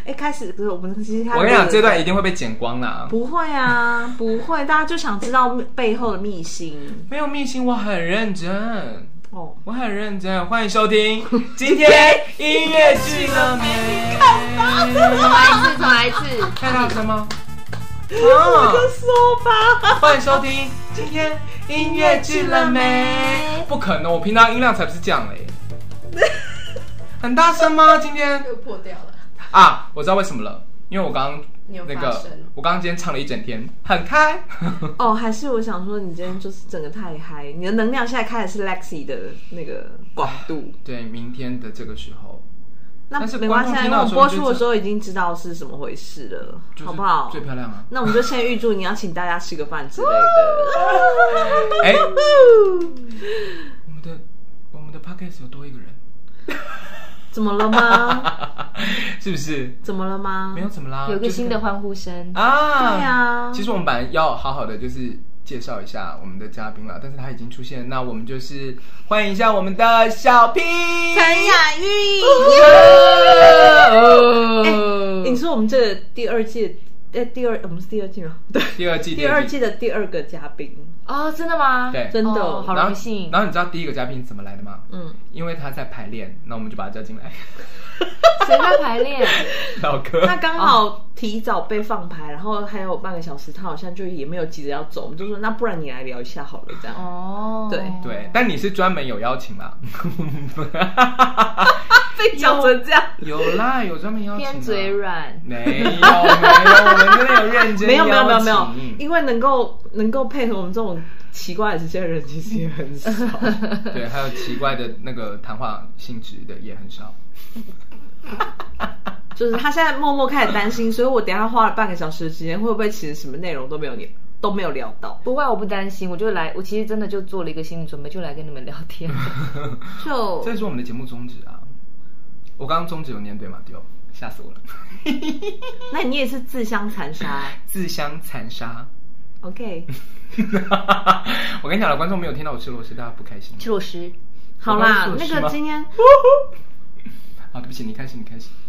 开始不是我们其实我跟你讲，这段一定会被剪光啦。 不会啊，不会，大家就想知道背后的秘辛。 没有秘辛，我很认真。 哦， 我很认真，欢迎收听今天音乐剧了没？ 重来一次， 太大声吗？ 我就说吧， 欢迎收听今天音乐剧了没？不可能，我平常音量才不是这样嘞。很大声吗？今天又破掉了啊！我知道为什么了，因为我刚刚那个， 我刚刚今天唱了一整天，很开。 哦，还是我想说，你今天就是整个太嗨，你的能量现在开的是 Lexi 的那个广度。 对，明天的这个时候， 那没关系，因为我们播出的时候已经知道是怎么回事了，好不好？ 最漂亮啊！ 那我们就先预祝你要请大家吃个饭之类的。 哎，我们的 podcast 有多一个人。 怎么了吗？ 是不是？ 怎么了吗？ 没有怎么啦， 有个新的欢呼声啊！ 对啊， 其实我们本来要好好的就是介绍一下我们的嘉宾了，但是他已经出现，那我们就是欢迎一下我们的小 P 陈雅玉。你说我们这第二届，我们是第二季吗？对， 第二季的第二个嘉宾。 哦，真的吗？ 对， 真的， 好荣幸。 然后你知道第一个嘉宾怎么来的吗？因为他在排练，那我们就把他叫进来。 谁在排练？ 老哥， 他刚好提早被放排，然后还有半个小时，他好像就也没有急着要走，我们就说那不然你来聊一下好了，这样。 哦， 对，但你是专门有邀请啦。 被讲成这样， 有啦，有专门邀请。 偏嘴软， 没有，我们真的有认真没有，因为能够配合我们这种奇怪的这些人，其实也很少。 对，还有奇怪的那个谈话性质的也很少。 就是他现在默默开始担心，所以我等一下花了半个小时的时间，会不会其实什么内容都没有聊到？ 不会，我不担心，我其实真的就做了一个心理准备，就来跟你们聊天。 这是我们的节目宗旨啊。我刚刚宗旨有念对吗？对，吓死我了。 那你也是自相残杀？ 自相残杀。 OK。 我跟你讲了，观众没有听到我吃螺丝，大家不开心。 吃螺丝。 好啦，那个今天。 好，对不起，你开始。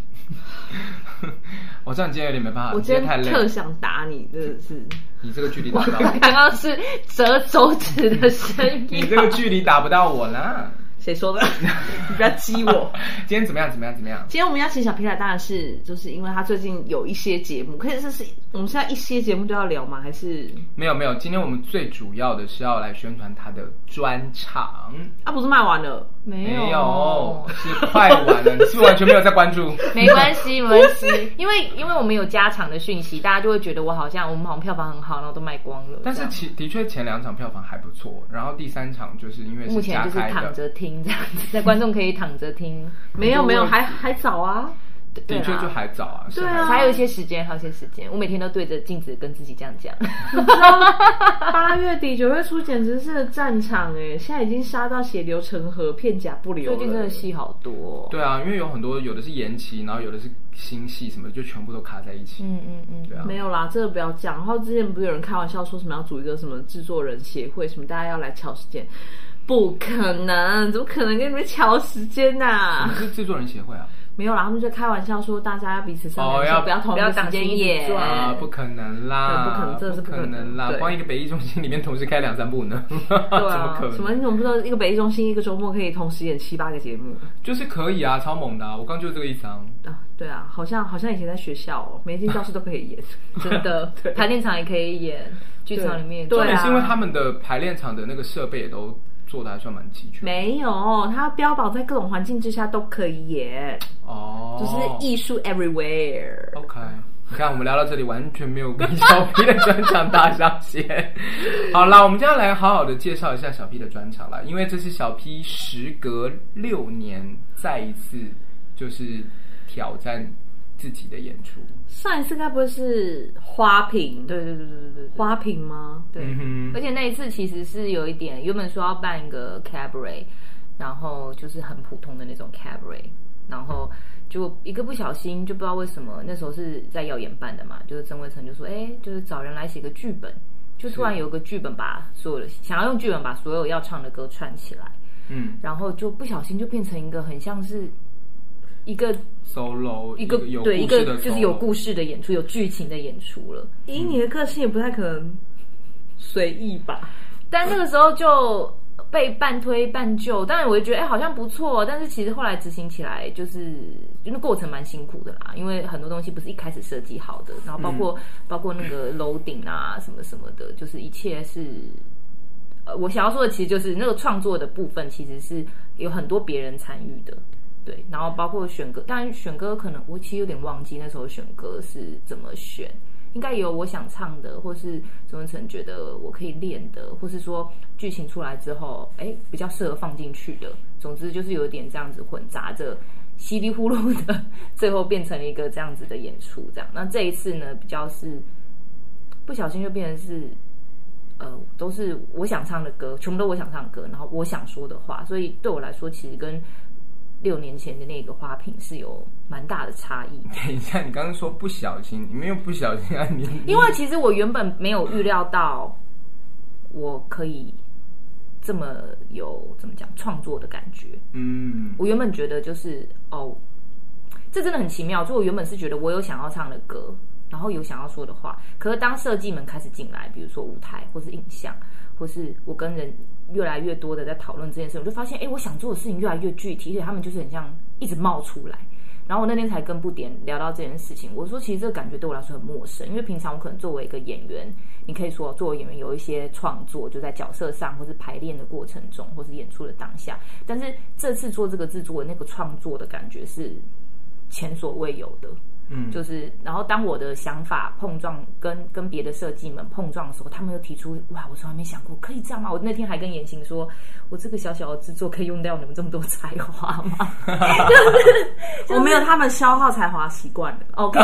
我知道你今天有点没办法， 我今天太累，特想打你，真的是。 你这个距离打不到我。 刚刚是折手指的声音。 你这个距离打不到我啦。 谁说的？你不要激我。 今天怎么样？今天我们要请小皮来，当然是就是因为他最近有一些节目，可是我们现在一些节目都要聊吗？还是没有？今天我们最主要的是要来宣传他的专场啊，不是卖完了？ 没有， 是快完了。你是不是完全没有在关注？ 没关系，因为我们有加场的讯息，大家就会觉得我们好像票房很好，然后都卖光了。 但是的确前2场票房还不错，然后第3场就是因为是目前就是躺着听这样子，那观众可以躺着听。 没有，还早啊。 的确就还早啊， 对啊， 还有一些时间，我每天都对着镜子跟自己这样讲。 8月底9月初简直是战场哎，现在已经杀到血流成河，片甲不留了。 最近真的戏好多。 对啊，因为有很多，有的是延期，然后有的是新戏什么的，就全部都卡在一起。对啊， 没有啦，这个不要讲。然后之前不是有人开玩笑说什么要组一个什么制作人协会，什么大家要来敲时间。不可能，怎么可能跟你们敲时间啊？ 你是制作人协会啊？ 没有啦，他们就开玩笑说大家要彼此商量，不要同一个时间演啊，不可能啦， 不可能，这是不可能啦。光一个北艺中心里面同时开2-3部呢， 对啊，怎么可能？什么？你怎么不知道一个北艺中心一个周末可以同时演7-8个节目？ 就是可以啊，超猛的啊！我刚就是这个意思啊。 对啊，好像以前在学校哦，每一间教室都可以演， 真的，排练场也可以演，剧场里面。 对啊，是因为他们的排练场的那个设备也都做的还算蛮齐全。 没有，他标榜在各种环境之下都可以演。就是艺术 everywhere。 OK， 你看我们聊到这里，完全没有跟小 P 的专场搭上线。好啦，我们就要来好好的介绍一下小 P 的专场啦，因为这是小 P 时隔6年再一次就是挑战自己的演出。 上一次该不会是花瓶？ 对， 花瓶吗？ 对，而且那一次其实是有一点，原本说要办一个 cabaret， 然后就是很普通的那种 cabaret， 然后就一个不小心，就不知道为什么，那时候是在耀眼办的嘛，就是曾伟成就说，就是找人来写个剧本，就突然有个剧本把所有的想要用剧本把所有要唱的歌串起来，然后就不小心就变成一个很像是一个 solo 一个有对一故事的个就是 solo 有故事的演出，有剧情的演出了。 以你的个性也不太可能随意吧？ 但那个时候就被半推半就，当然我就觉得好像不错，但是其实后来执行起来就是因为过程蛮辛苦的啦，因为很多东西不是一开始设计好的，然后包括那个楼顶啊什么什么的，就是一切是我想要说的其实就是那个创作的部分其实是有很多别人参与的。对，然后包括选歌，当然选歌可能我其实有点忘记那时候选歌是怎么选，应该也有我想唱的，或是周文成觉得我可以练的，或是说剧情出来之后，比较适合放进去的。总之就是有点这样子混杂着，稀里糊涂的，最后变成了一个这样子的演出。这样，那这一次呢，比较是不小心就变成是，都是我想唱的歌，全部都我想唱的歌，然后我想说的话，所以对我来说，其实跟6年前的那个花瓶是有蛮大的差异。 等一下，你刚刚说不小心，你没有不小心啊？ 因为其实我原本没有预料到我可以这么有怎么讲创作的感觉。我原本觉得就是这真的很奇妙。就我原本是觉得我有想要唱的歌，然后有想要说的话，可是当设计们开始进来，比如说舞台或是影像，或是我跟人越来越多的在讨论这件事，我就发现我想做的事情越来越具体，而且他们就是很像一直冒出来。然后我那天才跟不点聊到这件事情，我说其实这个感觉对我来说很陌生，因为平常我可能作为一个演员，你可以说作为演员有一些创作，就在角色上或是排练的过程中，或是演出的当下，但是这次做这个制作的那个创作的感觉是前所未有的。就是然后当我的想法碰撞跟别的设计们碰撞的时候，他们又提出哇，我从来没想过可以这样吗？我那天还跟言行说，我这个小小的制作可以用掉你们这么多才华吗？ 我没有他们消耗才华习惯了。 OK，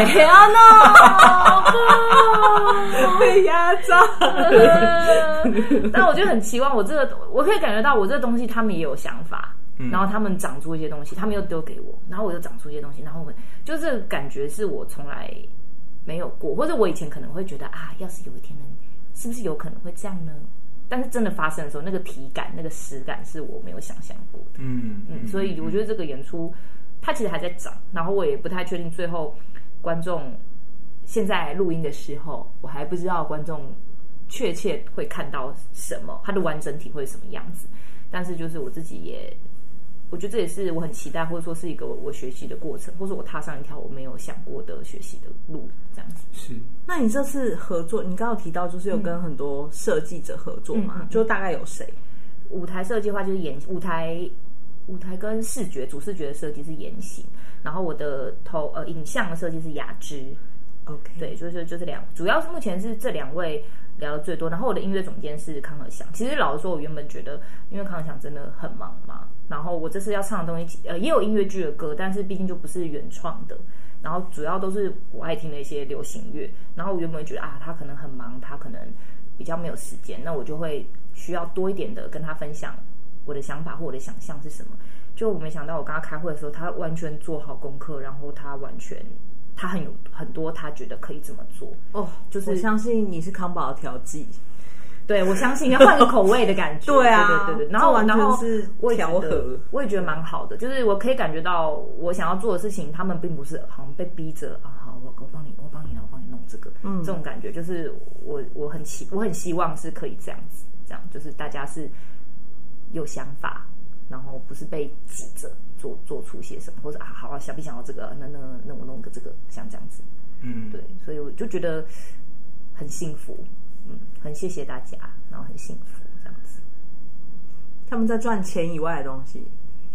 no， 被压榨。 但我就很期望我可以感觉到我这个东西他们也有想法。然后他们长出一些东西，他们又丢给我，然后我又长出一些东西，然后我们就这个感觉是我从来没有过，或者我以前可能会觉得要是有一天是不是有可能会这样呢？但是真的发生的时候，那个体感、那个实感是我没有想象过的。所以我觉得这个演出它其实还在长，然后我也不太确定最后观众现在录音的时候，我还不知道观众确切会看到什么，它的完整体会是什么样子。但是就是我自己我觉得这也是我很期待，或者说是一个我学习的过程，或者我踏上一条我没有想过的学习的路，这样子。 是。那你这次合作，你刚刚有提到就是有跟很多设计者合作嘛？就大概有谁？ 舞台设计的话就是舞台跟视觉主视觉的设计是言行，然后我的影像的设计是雅芝。 OK， 对，就是主要是目前是这2位聊的最多，然后我的音乐总监是康和祥。其实老实说，我原本觉得，因为康和祥真的很忙嘛，然后我这次要唱的东西，也有音乐剧的歌，但是毕竟就不是原创的，然后主要都是我爱听的一些流行乐。然后我原本觉得他可能很忙，他可能比较没有时间，那我就会需要多一点的跟他分享我的想法或我的想象是什么。就我没想到，我跟他开会的时候，他完全做好功课，然后他有很多他觉得可以这么做就是我相信你是康宝的调剂。 对，我相信要换个口味的感觉。 对啊， 对，然后完全是调和， 我也觉得蛮好的。就是我可以感觉到我想要做的事情，他们并不是好像被逼着好，我帮你弄这个，这种感觉就是我很希望是可以这样子，这样就是大家是有想法，然后不是被挤着做出些什么，或者好想不想要这个，那我弄个这个，像这样子。对，所以我就觉得很幸福。很谢谢大家，然后很幸福这样子。 他们在赚钱以外的东西。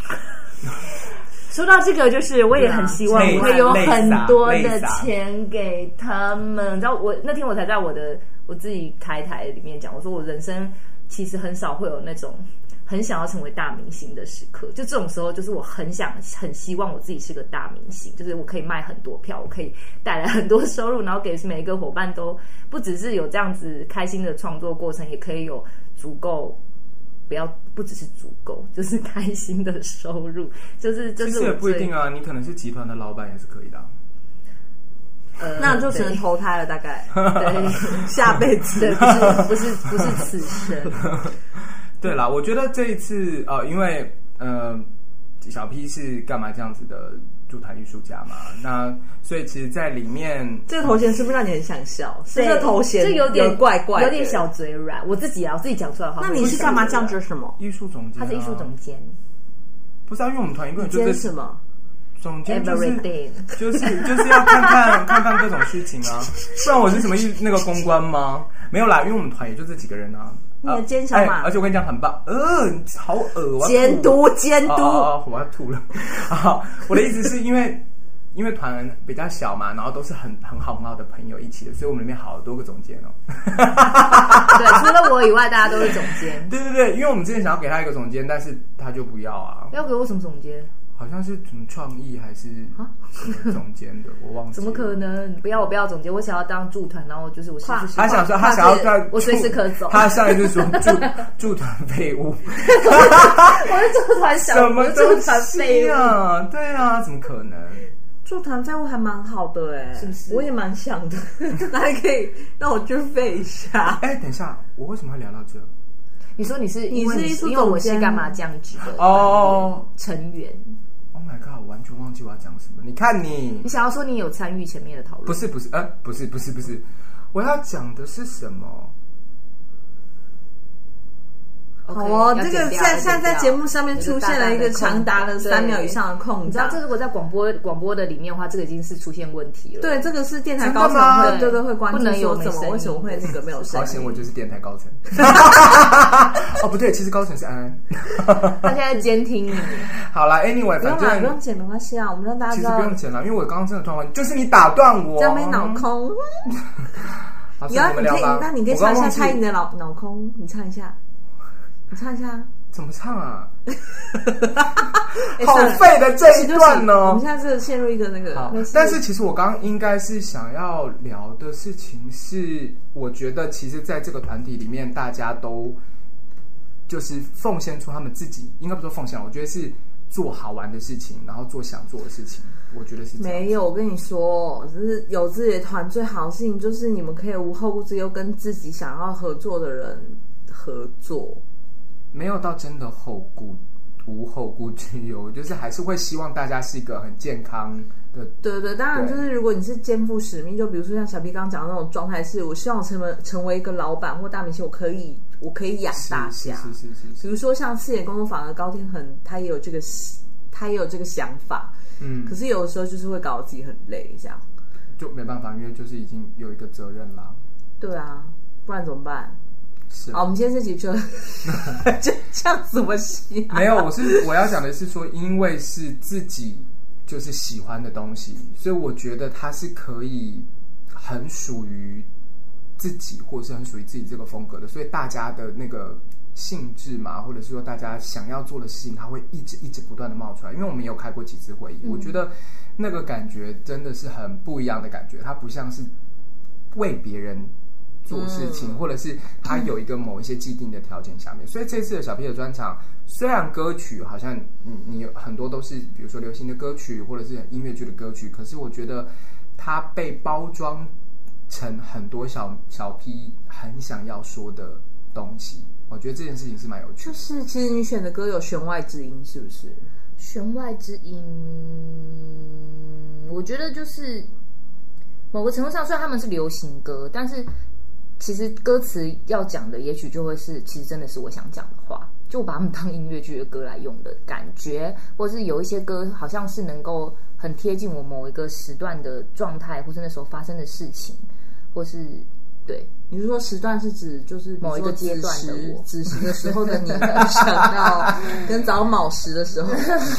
说到这个，就是我也很希望我会有很多的钱给他们。你知道，那天我才在我自己开台里面讲，我说我人生其实很少会有那种很想要成为大明星的时刻，就这种时候，就是我很希望我自己是个大明星，就是我可以卖很多票，我可以带来很多收入，然后给每一个伙伴都不只是有这样子开心的创作过程，也可以有足够，不只是足够，就是开心的收入，就是其实也不一定啊，你可能是集团的老板也是可以的那就只能投胎了，大概对，下辈子对，不是此生。 对啦，我觉得这一次因为小 P 是干嘛这样子的驻团艺术家嘛。那所以其实在里面这个头衔是不是让你很想笑？是这个头衔就有点怪怪的， 有点小嘴软。我自己讲出来的话， 那你是干嘛这样子？什么艺术总监？ 他是艺术总监。 不是啊，因为我们团一个人就是什么总监就是要看各种事情啊，不然我是什么那个公关吗？没有啦，因为我们团也就这几个人啊。 你的监小马， 而且我跟你讲很棒，好恶， 监督， 我要吐了。好，我的意思是因为团比较小嘛，然后都是很好的朋友一起的，所以我们里面好多个总监哦。 对，除了我以外，大家都是总监。 对，因为我们之前想要给他一个总监，但是他就不要啊。 要给我什么总监？ 好像是什么创意还是总监的，我忘记了。怎么可能？我不要总监，我想要当驻团，然后就是他想要在我随时可走。 他上一次说驻团废物， 我是驻团小， 什么驻团废物啊？对啊，怎么可能？ 驻团废物还蛮好的是不是？ 我也蛮想的，那还可以让我去废一下。 等一下，我为什么会聊到这？ 你说你是因为我是干嘛这样子的成员 ？Oh my god！ 我完全忘记我要讲什么。你看你想要说你有参与前面的讨论？ 不是，我要讲的是什么？ 好哦，这个现在在节目上面出现了一个长达了3秒以上的空档。 你知道，这如果在广播的里面的话，这个已经是出现问题了。 对，这个是电台高层会关注说为什么会那个没有声音。 好险，我就是电台高层。不对，其实高层是安安。 他现在监听你。 好啦 anyway， 反正不用剪没关系啊，我们让大家知道。 其实不用剪了，因为我刚刚真的状况就是你打断我， 这样没脑空。你可以唱一下蔡依林的脑空，你唱一下。你唱一下， 怎么唱啊？好废的这一段呢！ 我们现在是陷入一个那个。 但是其实我刚刚应该是想要聊的事情是，我觉得其实在这个团体里面，大家都就是奉献出他们自己，应该不说奉献，我觉得是做好玩的事情，然后做想做的事情。我觉得是这样。 没有，我跟你说，就是有自己的团最好的事情，就是你们可以无后顾之忧跟自己想要合作的人合作。 没有到真的无后顾之忧，就是还是会希望大家是一个很健康的。 对，当然就是如果你是肩负使命，就比如说像小 P 刚刚讲的那种状态，是我希望成为一个老板或大明星，我可以养大家。是。比如说像4点工作坊的高天恒，他也有这个想法。可是有的时候就是会搞得自己很累，这样就没办法，因为就是已经有一个责任啦。 对啊，不然怎么办？好，我们今天这集就这样子么洗？ 没有，我要讲的是说，因为是自己就是喜欢的东西，所以我觉得它是可以很属于自己，或者是很属于自己这个风格的，所以大家的那个兴致嘛，或者是说大家想要做的事情，它会一直不断的冒出来。因为我们也有开过几次会议，我觉得那个感觉真的是很不一样的感觉，它不像是为别人做事情，或者是他有一个某一些既定的条件下面，所以这次的小 P 的专场，虽然歌曲好像你很多都是比如说流行的歌曲或者是音乐剧的歌曲，可是我觉得它被包装成很多小 P 很想要说的东西，我觉得这件事情是蛮有趣的。 就是其实你选的歌有弦外之音，是不是？ 弦外之音，我觉得就是某个程度上，虽然他们是流行歌，但是其实歌词要讲的也许就会是其实真的是我想讲的话，就把他们当音乐剧的歌来用的感觉，或是有一些歌好像是能够很贴近我某一个时段的状态，或是那时候发生的事情，或是对。 你是说时段是指就是某一个阶段的我， 子时的时候的你想到跟早卯时的时候，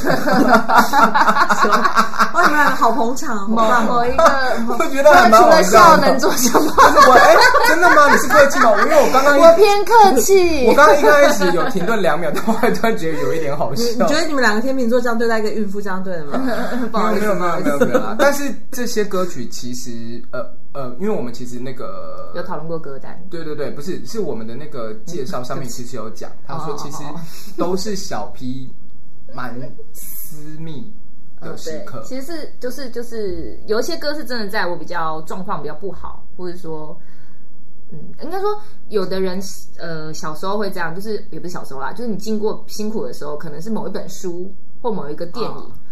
哇，你们两个好捧场， 某一个， 我觉得很蛮好笑的。 除了笑能做什么？ 真的吗？你是客气吗？因为我刚刚我偏客气， 我刚刚一开始有停顿2秒，但后来突然觉得有一点好笑。 你觉得你们两个天秤座这样对待一个孕妇这样对的吗？ 没有啦。但是这些歌曲其实因为我们其实那个有讨论过歌单， 对，不是我们的那个介绍上面其实有讲，他说其实都是小 P 蛮私密的时刻， 其实是就是有一些歌是真的在我比较状况比较不好，或者说应该说有的人小时候会这样，就是也不是小时候啦，就是你经过辛苦的时候，可能是某一本书或某一个电影。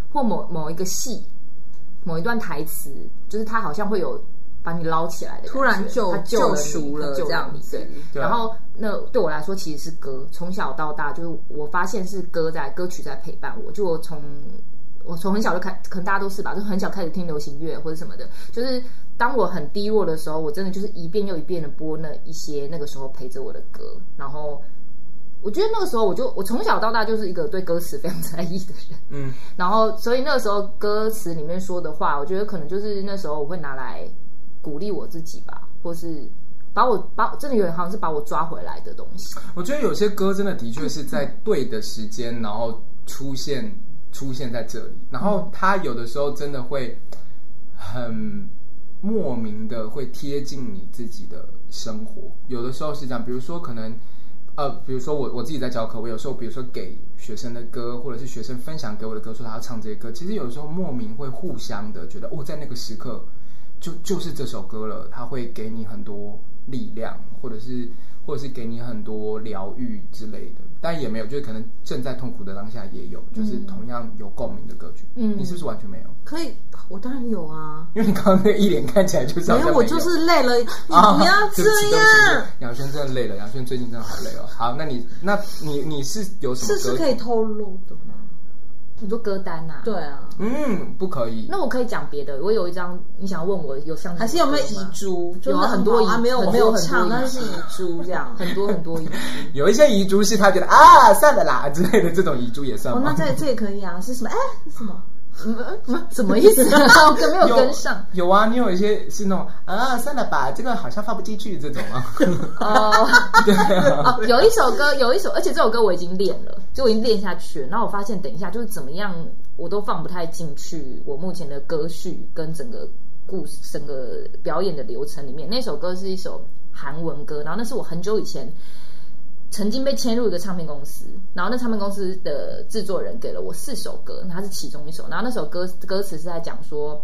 或某一个戏、某一段台词，就是他好像会有把你捞起来的， 突然救赎了这样子。 对，然后那对我来说其实是歌，从小到大就是我发现是歌曲在陪伴我，就我从很小就可能大家都是吧，就很小开始听流行乐或者什么的，就是当我很低落的时候，我真的就是一遍又一遍的播那一些那个时候陪着我的歌，然后我觉得那个时候我从小到大就是一个对歌词非常在意的人，然后所以那个时候歌词里面说的话，我觉得可能就是那时候我会拿来鼓励我自己吧，或是真的有点好像是把我抓回来的东西。 我觉得有些歌真的确是在对的时间，然后出现在这里，然后它有的时候真的会很莫名的会贴近你自己的生活，有的时候是这样，比如说可能比如说我自己在教课，我有时候比如说给学生的歌，或者是学生分享给我的歌，说他要唱这些歌，其实有的时候莫名会互相的觉得在那个时刻就是这首歌了，它会给你很多力量，或者是给你很多疗愈之类的，但也没有，就是可能正在痛苦的当下也有，就是同样有共鸣的歌曲。你是不是完全没有？ 可以，我当然有啊， 因为你刚刚那一脸看起来就是好像没有， 我就是累了，你不要这样。 杨轩真的累了，杨轩最近真的好累哦。好，那你是有什么歌？ 是可以透露的吗？ 你说歌单啊？ 对啊， 不可以。 那我可以讲别的。我有一张，你想要问我有像还是有没有遗珠？ 有很多遗珠， 没有唱，但是遗珠这样， 很多遗珠。 有一些遗珠是他觉得算了啦之类的，这种遗珠也算吗？ 那这也可以啊。是什么？是什么？ 什么意思？我没有跟上。 有啊，你有一些是那种算了吧，这个好像放不进去这种啊。对啊。 有一首，而且这首歌我已经练了，就我已经练下去了。然后我发现，等一下就是怎么样，我都放不太进去我目前的歌序跟整个故事、整个表演的流程里面。那首歌是一首韩文歌，然后那是我很久以前曾经被签入一个唱片公司，然后那唱片公司的制作人给了我4首歌，它是其中一首，然后那首歌词是在讲说，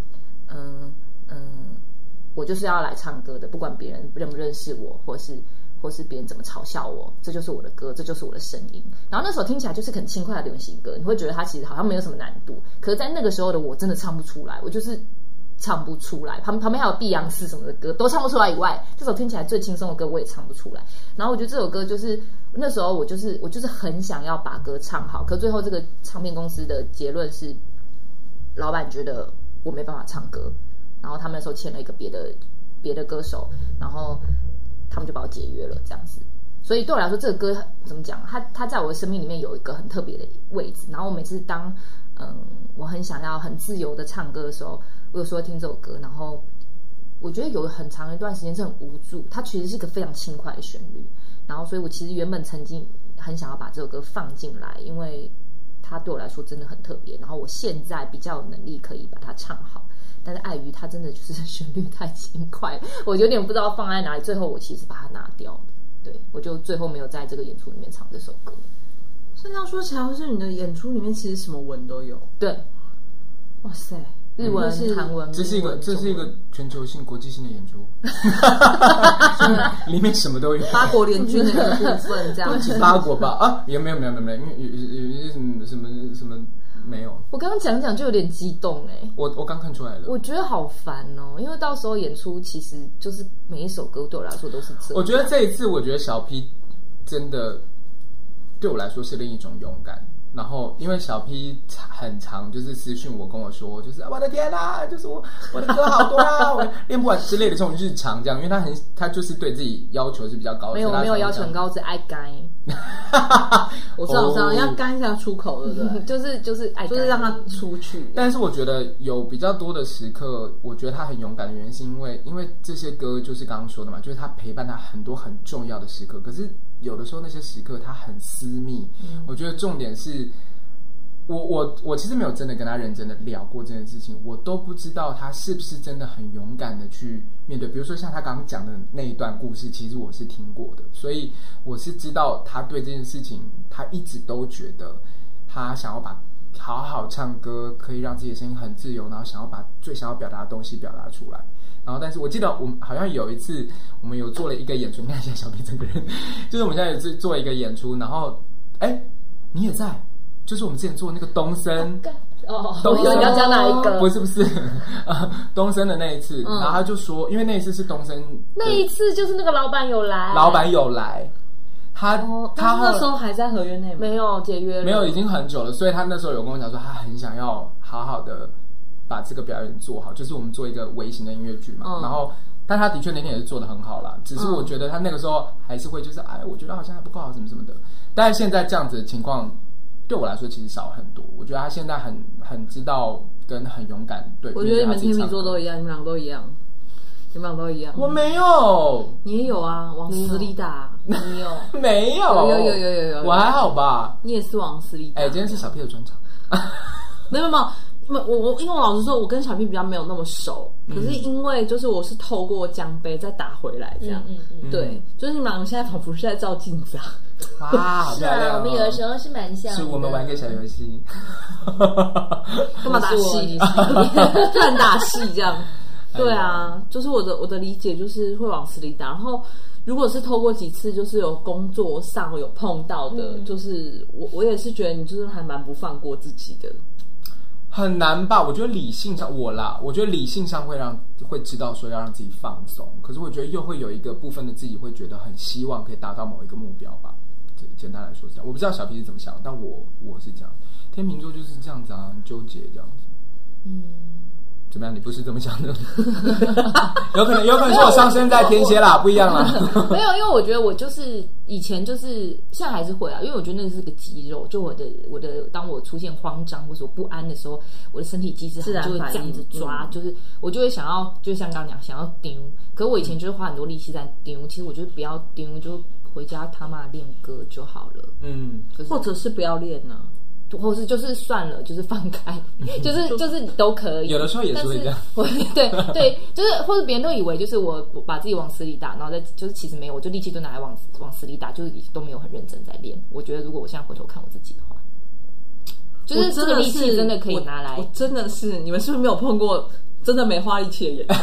我就是要来唱歌的，不管别人认不认识我，或是别人怎么嘲笑我，这就是我的歌，这就是我的声音。然后那首听起来就是很轻快的流行歌，你会觉得它其实好像没有什么难度，可是在那个时候的我真的唱不出来，我就是唱不出来，旁边还有碧昂斯什么的歌都唱不出来以外，这首听起来最轻松的歌我也唱不出来。然后我觉得这首歌就是那时候我就是很想要把歌唱好，可最后这个唱片公司的结论是，老板觉得我没办法唱歌，然后他们那时候签了一个别的歌手，然后他们就把我解约了这样子。所以对我来说，这个歌怎么讲？它在我的生命里面有一个很特别的位置。然后我每次当我很想要很自由的唱歌的时候，我有时候听这首歌，然后我觉得有很长一段时间是很无助。它其实是一个非常轻快的旋律，然后所以我其实原本曾经很想要把这首歌放进来，因为它对我来说真的很特别。然后我现在比较有能力可以把它唱好，但是碍于它真的就是旋律太轻快，我有点不知道放在哪里。最后我其实把它拿掉了，对，我就最后没有在这个演出里面唱这首歌。 这样说起来，是你的演出里面其实什么文都有。 对， 哇塞， 日文、韩文， 这是一个全球性、国际性的演出，里面什么都有。 八国联军的一个部分，这样子。 八国吧？也没有，因为有些什么没有。 我刚刚讲就有点激动哎。 我刚看出来了。 我觉得好烦哦，因为到时候演出其实就是每一首歌对我来说都是这样。 我觉得这一次，我觉得小 P 真的对我来说是另一种勇敢。然后因为小 P 很常就是私讯我跟我说，就是我的天啊，就是我的歌好多啊，我练不完之类的这种日常这样，因为他就是对自己要求是比较高的。 没有要求很高，只爱干。 我知道要干一下出口，对不对？ 就是爱干， 就是让他出去。 但是我觉得有比较多的时刻，我觉得他很勇敢的原因是因为这些歌就是刚刚说的嘛，就是他陪伴他很多很重要的时刻，可是有的时候那些时刻他很私密。我觉得重点是我其实没有真的跟他认真的聊过这件事情，我都不知道他是不是真的很勇敢的去面对。比如说像他刚刚讲的那一段故事，其实我是听过的，所以我是知道他对这件事情，他一直都觉得他想要把好好唱歌，可以让自己的声音很自由，然后想要把最想要表达的东西表达出来。然后但是我记得我们好像有一次我们有做了一个演出，你看现在小 P 整个人就是我们现在有做一个演出，然后你也在，就是我们之前做那个东森， 我以为你要讲哪一个？ 不是东森的那一次，然后他就说，因为那一次是东森， 那一次就是那个老板有来， 他那时候还在合约内吗？ 没有解约了， 没有，已经很久了，所以他那时候有跟我讲说，他很想要好好的把这个表演做好，就是我们做一个微型的音乐剧嘛，然后。但他的确那天也是做得很好啦，只是我觉得他那个时候还是会就是我觉得好像还不够好什么什么的。但是现在这样子的情况对我来说其实少很多。我觉得他现在很知道跟很勇敢对。 我觉得你们天秤座都一样，你们俩都一样。 我没有， 你也有啊，往死里打。 你有？ 没有？ 有， 我还好吧。 你也是往死里打。 今天是小 P 的专场。 没有。我因为我老实说，我跟小 P 比较没有那么熟，可是因为就是我是透过奖杯再打回来这样，对，就是你们两个现在仿佛是在照镜子啊。 好漂亮我们有的时候是蛮像的， 是我们玩一个小游戏， 干嘛打戏？乱打戏这样。对啊，就是我的理解就是会往死里打，然后如果是透过几次就是有工作上有碰到的，就是我也是觉得你就是还蛮不放过自己的。 很难吧？我觉得理性上我觉得理性上会知道说要让自己放松，可是我觉得又会有一个部分的自己会觉得很希望可以达到某一个目标吧。简单来说是这样，我不知道小 P 是怎么想，但我是这样。天秤座就是这样子啊，纠结这样子。怎么样？你不是这么想的？有可能是我上升在天蝎啦，不一样啦。 没有，因为我觉得我就是以前就是现在还是会啊，因为我觉得那是个肌肉，就我的当我出现慌张或者我不安的时候，我的身体机制就会这样子抓，就是我就会想要，就像刚刚讲想要丢，可是我以前就是花很多力气在丢，其实我觉得不要丢，就回家他妈练歌就好了。 或者是不要练呢。 或是就是算了，就是放开，就是都可以。 有的时候也是会这样。 对，就是或者别人都以为就是我把自己往死里打，然后就是其实没有，我就力气都拿来往死里打，就是都没有很认真在练。我觉得如果我现在回头看我自己的话，就是这个力气真的可以拿来。 我真的是，你们是不是没有碰过？真的没花力气的演员。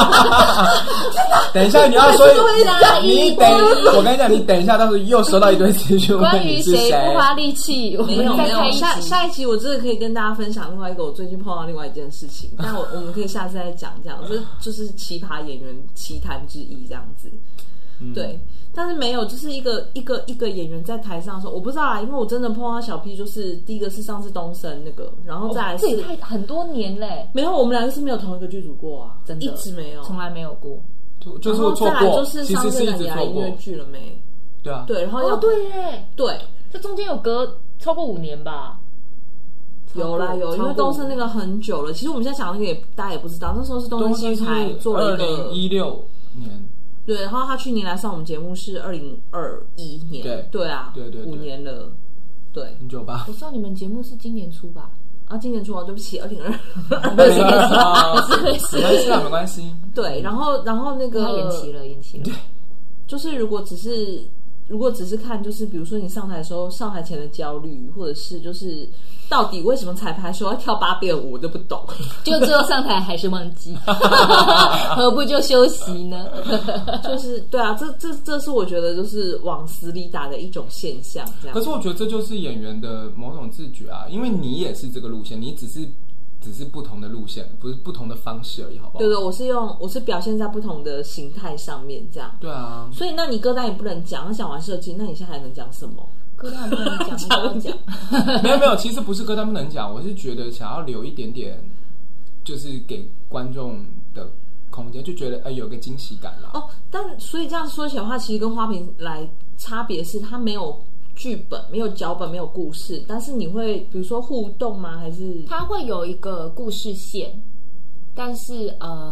等一下你要说，我跟你讲，你等一下，到时候又收到一堆资讯， 关于谁不花力气， 没有。下一集我真的可以跟大家分享另外一个我最近碰到另外一件事情，但我们可以下次再讲，这样就是奇葩演员奇谈之一这样子。对，但是没有，就是一个演员在台上的时候，我不知道啦，因为我真的碰到小 P，就是第一个是上次东森那个，然后再来是这也很多年嘞， 没有，我们两个是没有同一个剧组过啊， 真的一直没有， 从来没有过， 就是我错过， 然后再来就是上次你来音乐剧了没？ 对啊， 对，然后对耶， 对， 这中间有隔超过5年吧。 有啦，因为东森那个很久了。其实我们现在讲那个大家也不知道，那时候是东森戏剧台做了一个 2016年。 对，然后他去年来上我们节目是2021年，对啊，5年了，对， 很久吧？ 我知道你们节目是今年初吧？ 今年初啊，对不起，2022， 没关系。 对，然后那个延期了， 对， 就是如果只是看，就是比如说你上台的时候，上台前的焦虑，或者是就是到底为什么彩排说要跳8遍舞，我都不懂， 就最后上台还是忘记，何不就休息呢？ 就是对啊，这是我觉得就是往死里打的一种现象，这样。 可是我觉得这就是演员的某种自觉啊，因为你也是这个路线，你只是不同的路线，不是不同的方式而已，好不好？ 对，我是表现在不同的形态上面，这样。 对啊。 所以那你歌单也不能讲，那讲完设计，那你现在还能讲什么？ 歌单不能讲， 没有，其实不是歌单不能讲，我是觉得想要留一点点，就是给观众的空间，就觉得有个惊喜感啦。 但所以这样说起来的话，其实跟花瓶来差别是，它没有剧本，没有脚本，没有故事，但是你会比如说互动吗？还是它会有一个故事线，但是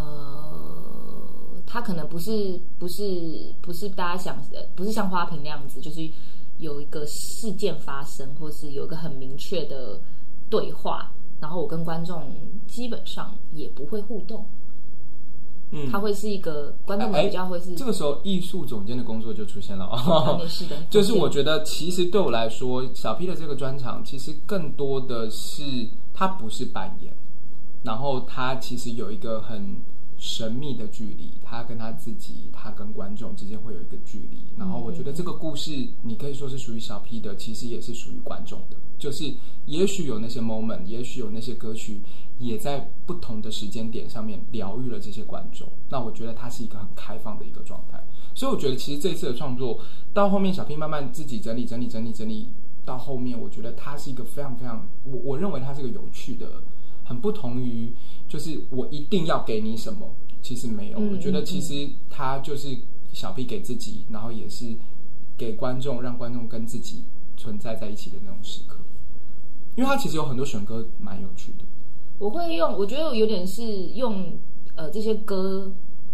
它可能不是大家想的，不是像花瓶那样子，就是有一个事件发生，或是有一个很明确的对话，然后我跟观众基本上也不会互动。它会是一个观众比较会是这个时候艺术总监的工作就出现了是的， 就是我觉得其实对我来说，小 P 的这个专场其实更多的是它不是扮演，然后它其实有一个很神秘的距离，他跟他自己，他跟观众之间会有一个距离。然后我觉得这个故事你可以说是属于小 P 的，其实也是属于观众的，就是也许有那些 moment， 也许有那些歌曲也在不同的时间点上面疗愈了这些观众。那我觉得它是一个很开放的一个状态，所以我觉得其实这一次的创作到后面，小 P 慢慢自己整理到后面，我觉得它是一个非常非常，我认为它是一个有趣的，很不同于就是我一定要给你什么，其实没有。我觉得其实它就是小 P 给自己，然后也是给观众，让观众跟自己存在在一起的那种时刻。因为它其实有很多选歌蛮有趣的。 我会用，我觉得有点是用这些歌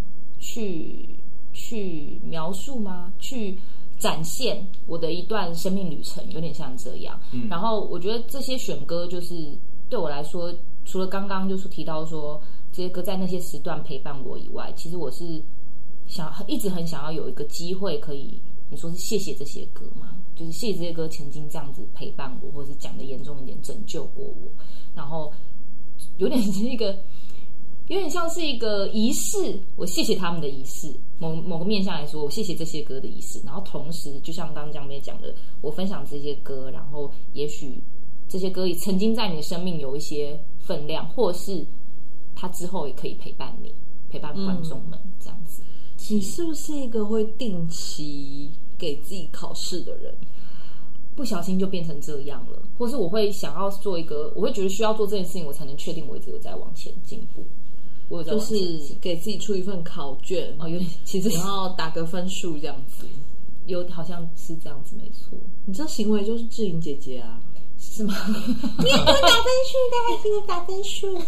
去描述吗？去展现我的一段生命旅程，有点像这样。然后我觉得这些选歌就是对我来说，除了刚刚就是提到说这些歌在那些时段陪伴我以外，其实我是一直很想要有一个机会可以，你说是谢谢这些歌吗？就是谢谢这些歌曾经这样子陪伴我，或是讲的严重一点拯救过我，然后有点像是一个仪式，我谢谢他们的仪式，某个面向来说，我谢谢这些歌的仪式，然后同时就像刚刚江妹讲的，我分享这些歌，然后也许这些歌也曾经在你的生命有一些分量，或是它之后也可以陪伴你，陪伴观众们这样子。 你是不是一个会定期给自己考试的人？ 不小心就变成这样了，或是我会想要做一个，我会觉得需要做这件事情，我才能确定我一直有在往前进步。我有在往前进， 就是给自己出一份考卷有点，其实然后打个分数这样子， 好像是这样子，没错。 你这行为就是志颖姐姐啊， 是吗？ 你要给我打分数，大家记得打分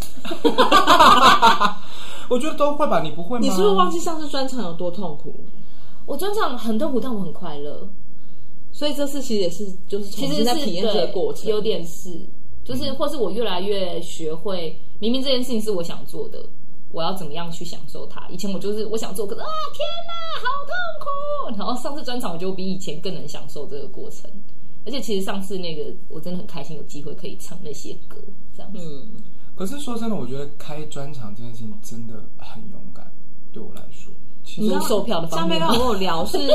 数。 我觉得都会吧，你不会吗？ 你是不是忘记上次专场有多痛苦？ 我专场很痛苦，但我很快乐。 所以这次其实也是就是重新在体验这个过程， 有点是就是或是我越来越学会，明明这件事情是我想做的，我要怎么样去享受它。以前我就是我想做，可是天哪，好痛苦。然后上次专场我就比以前更能享受这个过程，而且其实上次那个我真的很开心，有机会可以唱那些歌这样子。 可是说真的，我觉得开专场这件事情真的很勇敢，对我来说。 你要售票的方面， 刚刚跟我聊是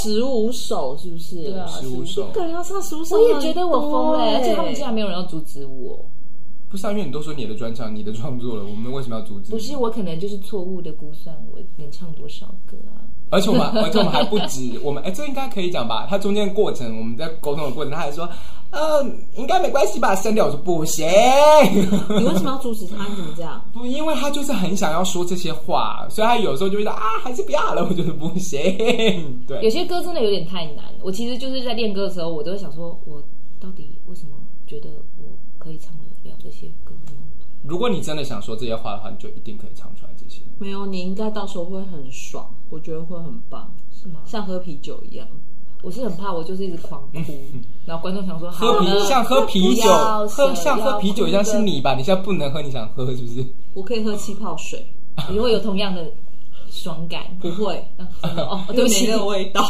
15首，是不是？ 对啊 ，15首。 一个人要唱15首， 我也觉得我疯了，而且他们竟然没有人要阻止我。 不是啊，因为你都说你的专场、你的创作了，我们为什么要阻止？ 不是，我可能就是错误的估算我能唱多少歌啊。 而且我们还不止，我们这应该可以讲吧？他中间的过程，我们在沟通的过程，他还说，应该没关系吧？删掉。我说不行。 你为什么要阻止他？你怎么这样？ 不，因为他就是很想要说这些话，所以他有时候就会说还是不要了。我觉得不行。对， 有些歌真的有点太难。我其实就是在练歌的时候，我都会想说，我到底为什么觉得我可以唱得了这些歌呢？ 如果你真的想说这些话的话，你就一定可以唱出来这些。 没有，你应该到时候会很爽，我觉得会很棒， 是吗？ 像喝啤酒一样。 我是很怕，我就是一直狂哭，然后观众想说， 像喝啤酒，像喝啤酒一样是你吧？你现在不能喝，你想喝是不是？ 我可以喝气泡水， 你会有同样的爽感？ 不会对不起， 那个味道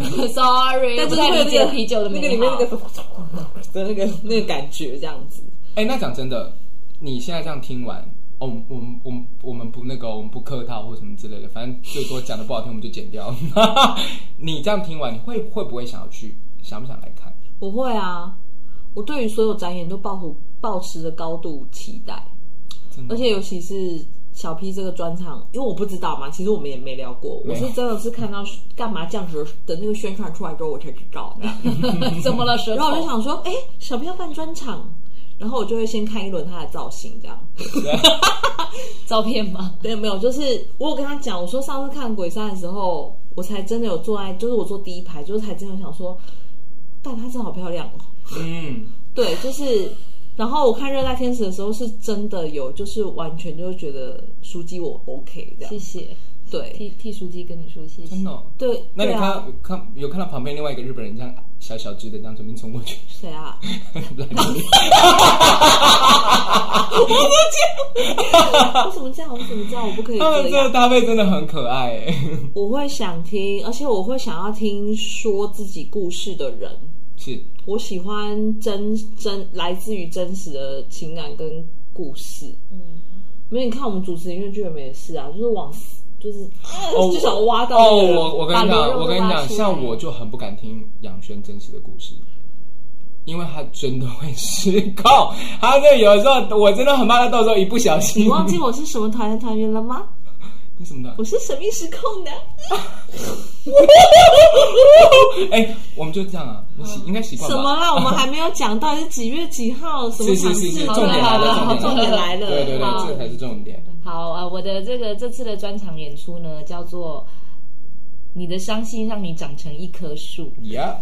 ，sorry， 但不太理解啤酒的美好， 那个里面那个感觉这样子。 那讲真的，你现在这样听完。我们不我们不客套或什么之类的，反正最多讲的不好听我们就剪掉。你这样听完，你会不会想不想来看？ 我会啊，我对于所有展演都抱持着高度期待，而且尤其是小 P 这个专场，因为我不知道嘛，其实我们也没聊过，我是真的是看到干嘛这样子的那个宣传出来之后，我才知道怎么了？然后我就想说，小 P 要办专场。然后我就会先看一轮他的造型，这样照片吗？ 没有，就是我有跟他讲，我说上次看鬼山的时候，我才真的有坐在，就是我坐第一排，就是才真的想说，但她真的好漂亮哦。对，就是，然后我看热带天使的时候，是真的有，就是完全就觉得书记我 OK 这样， 谢谢。对，替书记跟你说谢谢。真的对。 那你有看到旁边另外一个日本人这样小只的这样准备冲过去？ 谁啊？我不见。为什么这样？我怎么知道我不可以这样？ 他们这个搭配真的很可爱我会想听，而且我会想要听说自己故事的人。 是我喜欢真来自于真实的情感跟故事。 没有，你看我们主持音乐剧也是啊，就是往就是就想挖到我跟你讲，像我就很不敢听杨轩真实的故事。因为他真的会失控，他这有时候我真的很怕他到时候一不小心。 你忘记我是什么团员了吗？ 你什么的？ 我是神秘时空的。 我们就这样啊，应该习惯吧？ 什么啦？我们还没有讲到底是几月几号，什么场次？ 是，重点来了， 重点来了。 对，这才是重点。 好我的这次的专场演出呢，叫做。你的伤心让你长成一棵树。 Yeah。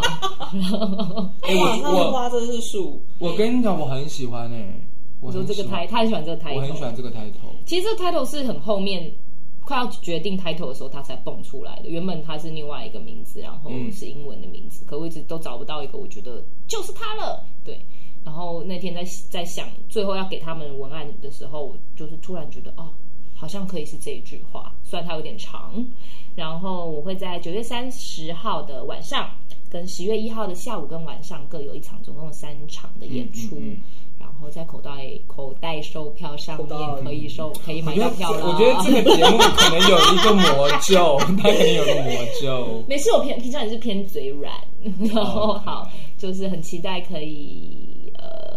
我挖这是树。 我跟你讲，我很喜欢我说这个他很喜欢这个 title。 我很喜欢这个 title。 其实这个 title 是很后面快要决定 title 的时候，他才蹦出来的。原本他是另外一个名字，然后是英文的名字，可我一直都找不到一个我觉得就是他了。对。然后那天在想最后要给他们文案的时候，就是突然觉得好像可以是这一句话，虽然它有点长。然后我会在9月30号的晚上跟10月1号的下午跟晚上各有一场，总共3场的演出。然后在口袋售票上面可以买到票了。 我觉得这个节目可能有一个魔咒，它可能有个魔咒。 没事，我平常也是偏嘴软，然后好，就是很期待可以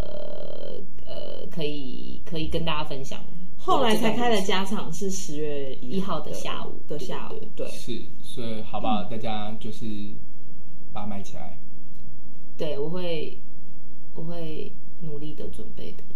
可以跟大家分享。 后来才开的加场是10月1号的下午对， 是，所以好不好？大家就是把它买起来。 对，我会努力的准备的。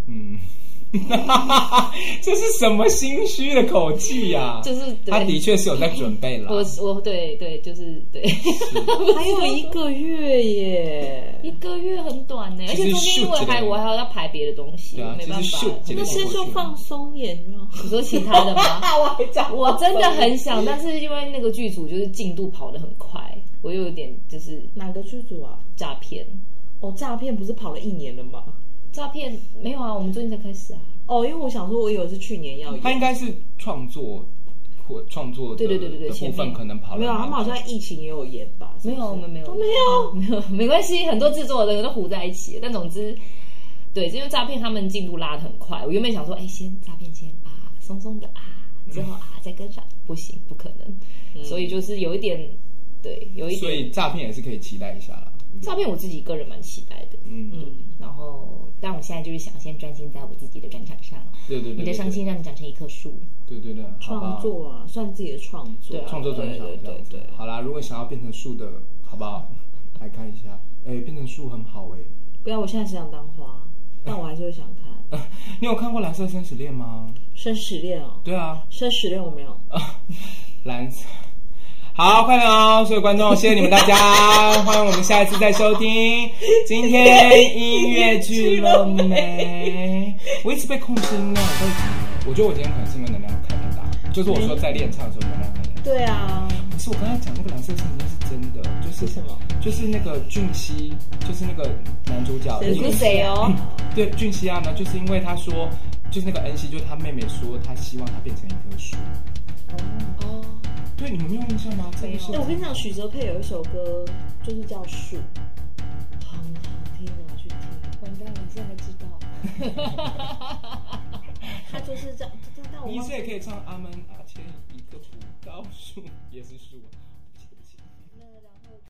这是什么心虚的口气呀？就是他的确是有在准备了。 我对，就是对。 还有1个月耶 ，1个月很短呢，而且中间因为我还要排别的东西，没办法。 那些就放松演了。 你说其他的吗？我真的很想，但是因为那个剧组就是进度跑得很快，我又有点就是哪个剧组啊？ 诈骗。 诈骗不是跑了1年了吗？ 诈骗没有啊，我们最近才开始啊。 因为我想说，我以为是去年要演。 他应该是创作的部分可能跑了。 没有，他们好像疫情也有演吧？ 没有，我们没有，没关系，很多制作的人都糊在一起。但总之，对，因为诈骗他们进度拉得很快。我原本想说，先诈骗先松松的之后再跟上，不行，不可能。所以就是有一点，对，有一点。 所以诈骗也是可以期待一下啦。 诈骗我自己个人蛮期待的，然后但我现在就是想先专心在我自己的专场上。 对，你的伤心让你长成一棵树。 对， 创作啊，算自己的创作， 创作专场对。好啦，如果想要变成树的，好不好？来看一下，变成树很好不要，我现在只想当花，但我还是会想看。 你有看过《蓝色生死恋》吗？ 生死恋哦。对啊， 生死恋我没有。 蓝色。好，快点所有观众，谢谢你们大家，欢迎我们下一次再收听今天音乐剧了没？我一直被控制音量，我觉得我今天可能是因为能量开太大，就是我说在练唱的时候能量开太大。 对啊， 不是我刚才讲那个蓝色生死恋是真的，就是什么？ 就是那个俊熙，就是那个男主角。 是谁哦？ 对，俊熙啊，呢，就是因为他说，就是那个恩熙，就是他妹妹说，他希望他变成一棵树。对，你们没有印象吗？ 我跟你讲，许哲佩有一首歌就是叫《树》，好听啊，去听。 完蛋了，你现在还知道？他就是这样， 你是也可以唱阿门阿牵一个葡萄树，也是树。